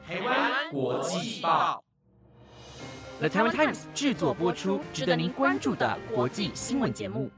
台湾国际报 The Taiwan Times 制作播出，值得您关注的国际新闻节目。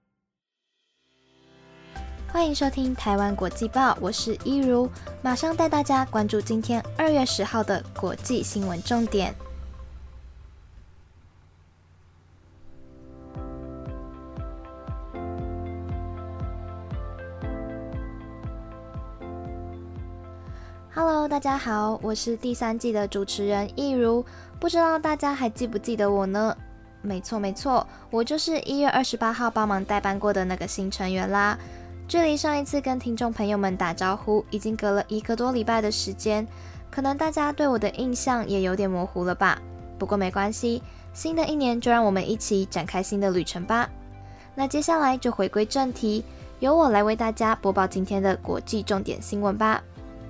欢迎收听台湾国际报，我是一如，马上带大家关注今天2月10号的国际新闻重点。Hello， 大家好，我是第3季的主持人一如，不知道大家还记不记得我呢？没错，我就是1月28号帮忙代班过的那个新成员啦。距离上一次跟听众朋友们打招呼，已经隔了1个多礼拜的时间，可能大家对我的印象也有点模糊了吧？不过没关系，新的一年就让我们一起展开新的旅程吧。那接下来就回归正题，由我来为大家播报今天的国际重点新闻吧。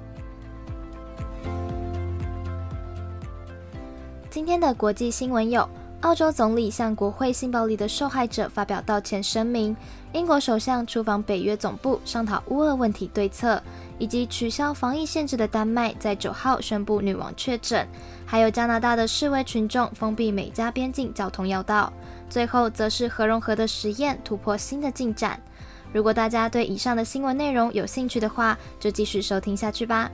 今天的国际新闻有：澳洲总理向国会性暴力的受害者发表道歉声明；英国首相出访北约总部商讨乌俄问题对策；以及取消防疫限制的丹麦在9号宣布女王确诊；还有加拿大的示威群众封闭美加边境交通要道；最后则是核融合的实验突破新的进展。如果大家对以上的新闻内容有兴趣的话，就继续收听下去吧。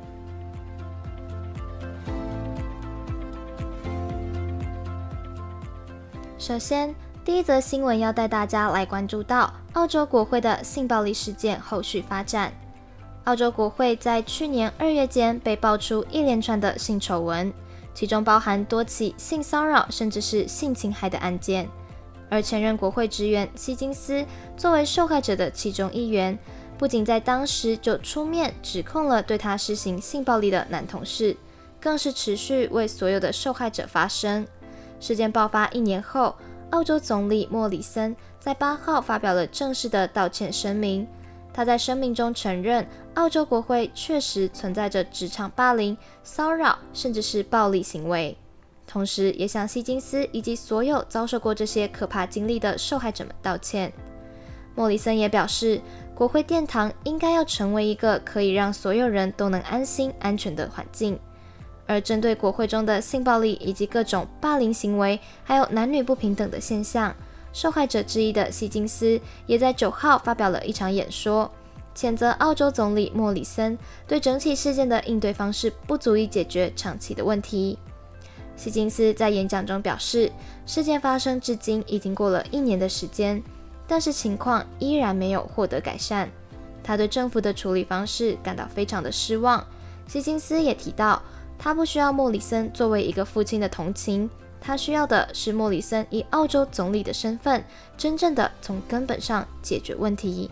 首先，第一则新闻要带大家来关注到澳洲国会的性暴力事件后续发展。澳洲国会在去年2月间被爆出一连串的性丑闻，其中包含多起性骚扰甚至是性侵害的案件。而前任国会职员希金斯作为受害者的其中一员，不仅在当时就出面指控了对他施行性暴力的男同事，更是持续为所有的受害者发声。事件爆发1年后，澳洲总理莫里森在8号发表了正式的道歉声明。他在声明中承认，澳洲国会确实存在着职场霸凌、骚扰，甚至是暴力行为。同时，也向希金斯以及所有遭受过这些可怕经历的受害者们道歉。莫里森也表示，国会殿堂应该要成为一个可以让所有人都能安心、安全的环境。而针对国会中的性暴力以及各种霸凌行为，还有男女不平等的现象，受害者之一的希金斯也在9号发表了一场演说，谴责澳洲总理莫里森对整起事件的应对方式不足以解决长期的问题。希金斯在演讲中表示，事件发生至今已经过了1年的时间，但是情况依然没有获得改善。他对政府的处理方式感到非常的失望。希金斯也提到，他不需要莫里森作为一个父亲的同情，他需要的是莫里森以澳洲总理的身份，真正的从根本上解决问题。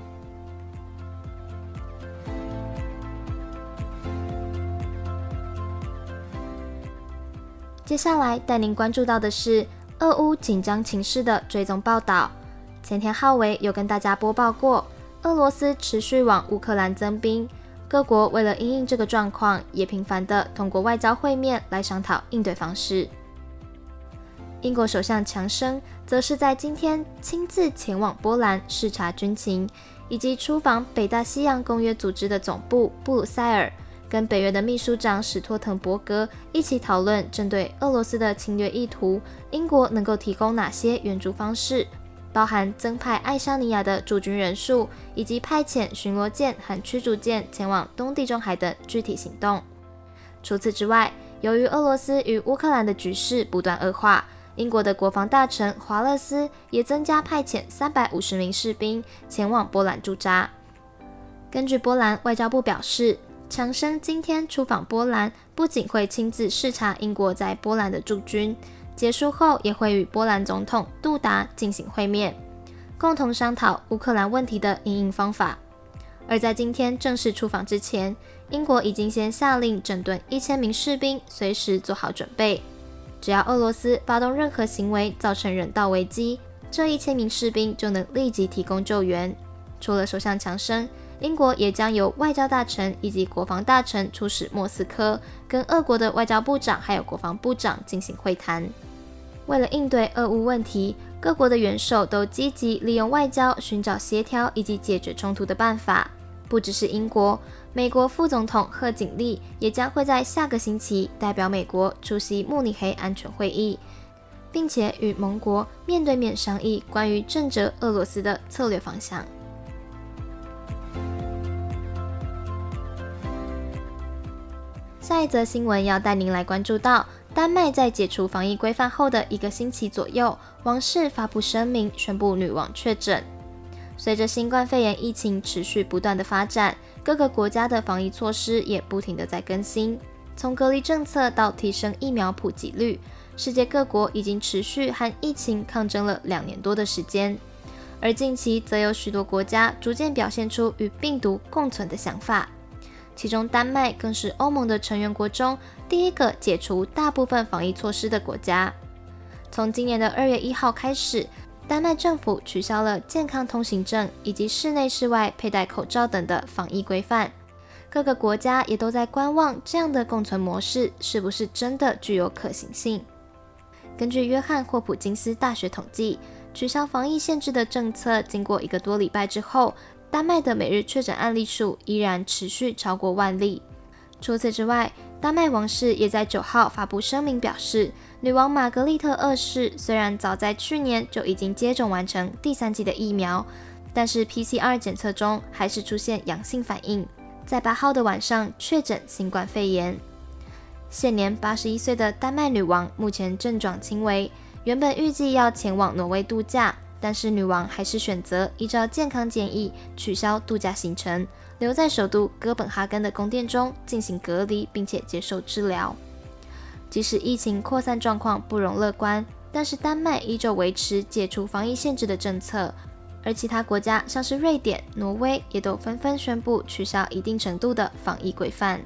接下来带您关注到的是俄乌紧张情势的追踪报道。前天浩维有跟大家播报过，俄罗斯持续往乌克兰增兵，各国为了因应这个状况，也频繁地通过外交会面来商讨应对方式。英国首相强生则是在今天亲自前往波兰视察军情，以及出访北大西洋公约组织的总部布鲁塞尔，跟北约的秘书长史托滕伯格一起讨论针对俄罗斯的侵略意图，英国能够提供哪些援助方式，包含增派爱沙尼亚的驻军人数，以及派遣巡逻舰和驱逐舰前往东地中海等具体行动。除此之外，由于俄罗斯与乌克兰的局势不断恶化，英国的国防大臣华勒斯也增加派遣350名士兵前往波兰驻扎。根据波兰外交部表示，强生今天出访波兰，不仅会亲自视察英国在波兰的驻军，结束后也会与波兰总统杜达进行会面，共同商讨乌克兰问题的因应方法。而在今天正式出访之前，英国已经先下令整顿1000名士兵，随时做好准备。只要俄罗斯发动任何行为造成人道危机，这1000名士兵就能立即提供救援。除了首相强生，英国也将由外交大臣以及国防大臣出使莫斯科，跟俄国的外交部长还有国防部长进行会谈。为了应对俄乌问题，各国的元首都积极利用外交寻找协调以及解决冲突的办法。不只是英国， 美国副总统贺锦丽也将会在下个星期代表美国出席慕尼黑安全会议，并且与盟国面对面商议关于震慑俄罗斯的策略方向。下一则新闻要带您来关注到，丹麦在解除防疫规范后的1个星期左右，王室发布声明宣布女王确诊。随着新冠肺炎疫情持续不断的发展，各个国家的防疫措施也不停的在更新，从隔离政策到提升疫苗普及率，世界各国已经持续和疫情抗争了2年多的时间。而近期则有许多国家逐渐表现出与病毒共存的想法。其中丹麦更是欧盟的成员国中第一个解除大部分防疫措施的国家。从今年的2月1号开始，丹麦政府取消了健康通行证以及室内室外佩戴口罩等的防疫规范。各个国家也都在观望这样的共存模式是不是真的具有可行性。根据约翰霍普金斯大学统计，取消防疫限制的政策经过1个多礼拜之后，丹麦的每日确诊案例数依然持续超过10000例。除此之外，丹麦王室也在9号发布声明表示，女王玛格丽特2世虽然早在去年就已经接种完成第3剂的疫苗，但是 PCR 检测中还是出现阳性反应，在8号的晚上确诊新冠肺炎。现年81岁的丹麦女王目前症状轻微，原本预计要前往挪威度假，但是女王还是选择依照健康建议取消度假行程，留在首都哥本哈根的宫殿中进行隔离，并且接受治疗。即使疫情扩散状况不容乐观，但是丹麦依旧维持解除防疫限制的政策，而其他国家像是瑞典、挪威也都纷纷宣布取消一定程度的防疫规范。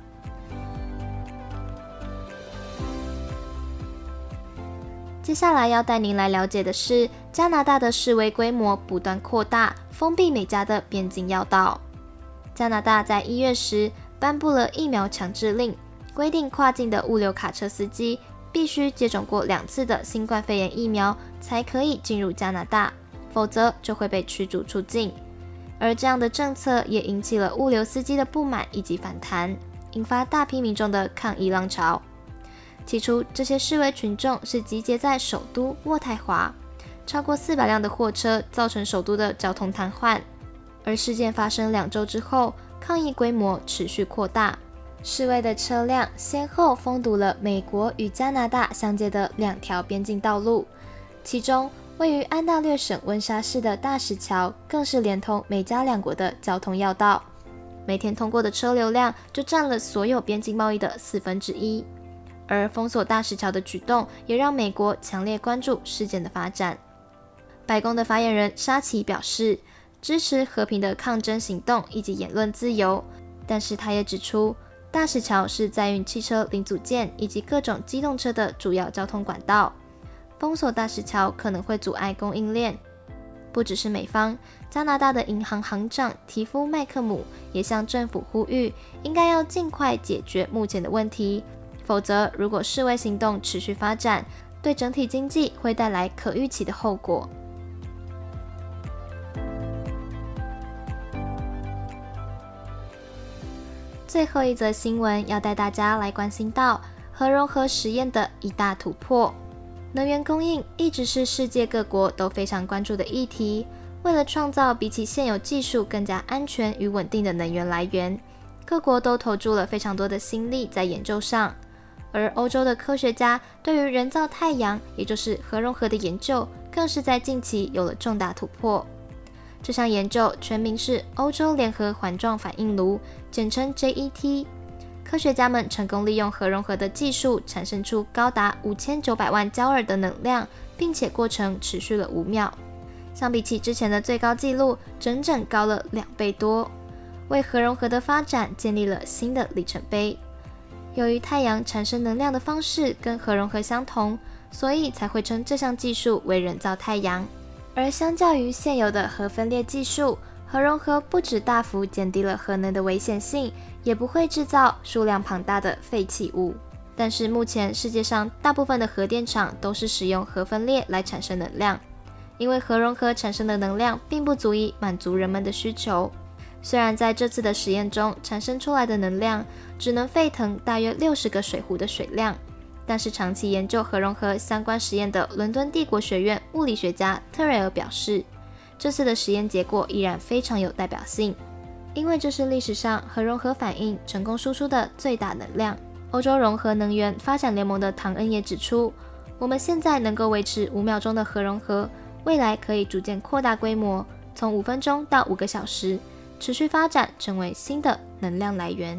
接下来要带您来了解的是，加拿大的示威规模不断扩大，封闭美加的边境要道。加拿大在1月时颁布了疫苗强制令，规定跨境的物流卡车司机必须接种过2次的新冠肺炎疫苗才可以进入加拿大，否则就会被驱逐出境。而这样的政策也引起了物流司机的不满以及反弹，引发大批民众的抗议浪潮。起初，这些示威群众是集结在首都渥太华，超过400辆的货车造成首都的交通瘫痪。而事件发生2周之后，抗议规模持续扩大，示威的车辆先后封堵了美国与加拿大相接的2条边境道路，其中位于安大略省温莎市的大石桥更是连通美加2国的交通要道，每天通过的车流量就占了所有边境贸易的1/4。而封锁大石桥的举动也让美国强烈关注事件的发展。白宫的发言人沙奇表示，支持和平的抗争行动以及言论自由，但是他也指出，大石桥是载运汽车零组件以及各种机动车的主要交通管道，封锁大石桥可能会阻碍供应链。不只是美方，加拿大的银行行长提夫麦克姆也向政府呼吁，应该要尽快解决目前的问题，否则如果示威行动持续发展，对整体经济会带来可预期的后果。最后一则新闻要带大家来关心到核融合实验的一大突破。能源供应一直是世界各国都非常关注的议题，为了创造比起现有技术更加安全与稳定的能源来源，各国都投注了非常多的心力在研究上。而欧洲的科学家对于人造太阳，也就是核融合的研究，更是在近期有了重大突破。这项研究全名是欧洲联合环状反应炉，简称 JET。科学家们成功利用核融合的技术，产生出高达5900万焦耳的能量，并且过程持续了5秒，相比起之前的最高纪录，整整高了2倍多，为核融合的发展建立了新的里程碑。由于太阳产生能量的方式跟核融合相同，所以才会称这项技术为人造太阳。而相较于现有的核分裂技术，核融合不只大幅减低了核能的危险性，也不会制造数量庞大的废弃物。但是目前世界上大部分的核电厂都是使用核分裂来产生能量，因为核融合产生的能量并不足以满足人们的需求， 虽然在这次的实验中产生出来的能量只能沸腾大约60个水壶的水量，但是长期研究核融合相关实验的伦敦帝国学院物理学家特瑞尔表示，这次的实验结果依然非常有代表性，因为这是历史上核融合反应成功输出的最大能量。欧洲融合能源发展联盟的唐恩也指出，我们现在能够维持5秒钟的核融合，未来可以逐渐扩大规模，从5分钟到5个小时，持续发展成为新的能量来源。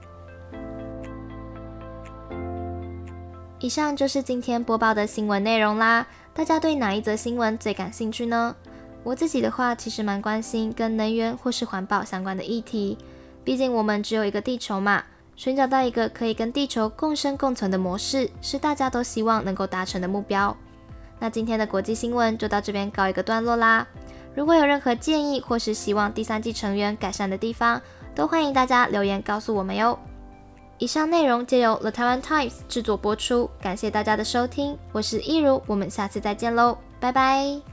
以上就是今天播报的新闻内容啦，大家对哪一则新闻最感兴趣呢？我自己的话其实蛮关心跟能源或是环保相关的议题，毕竟我们只有一个地球嘛，寻找到一个可以跟地球共生共存的模式，是大家都希望能够达成的目标。那今天的国际新闻就到这边告一个段落啦。如果有任何建议或是希望第三季成员改善的地方，都欢迎大家留言告诉我们哟。以上内容皆由 The Taiwan Times 制作播出，感谢大家的收听，我是一如，我们下次再见喽，拜拜。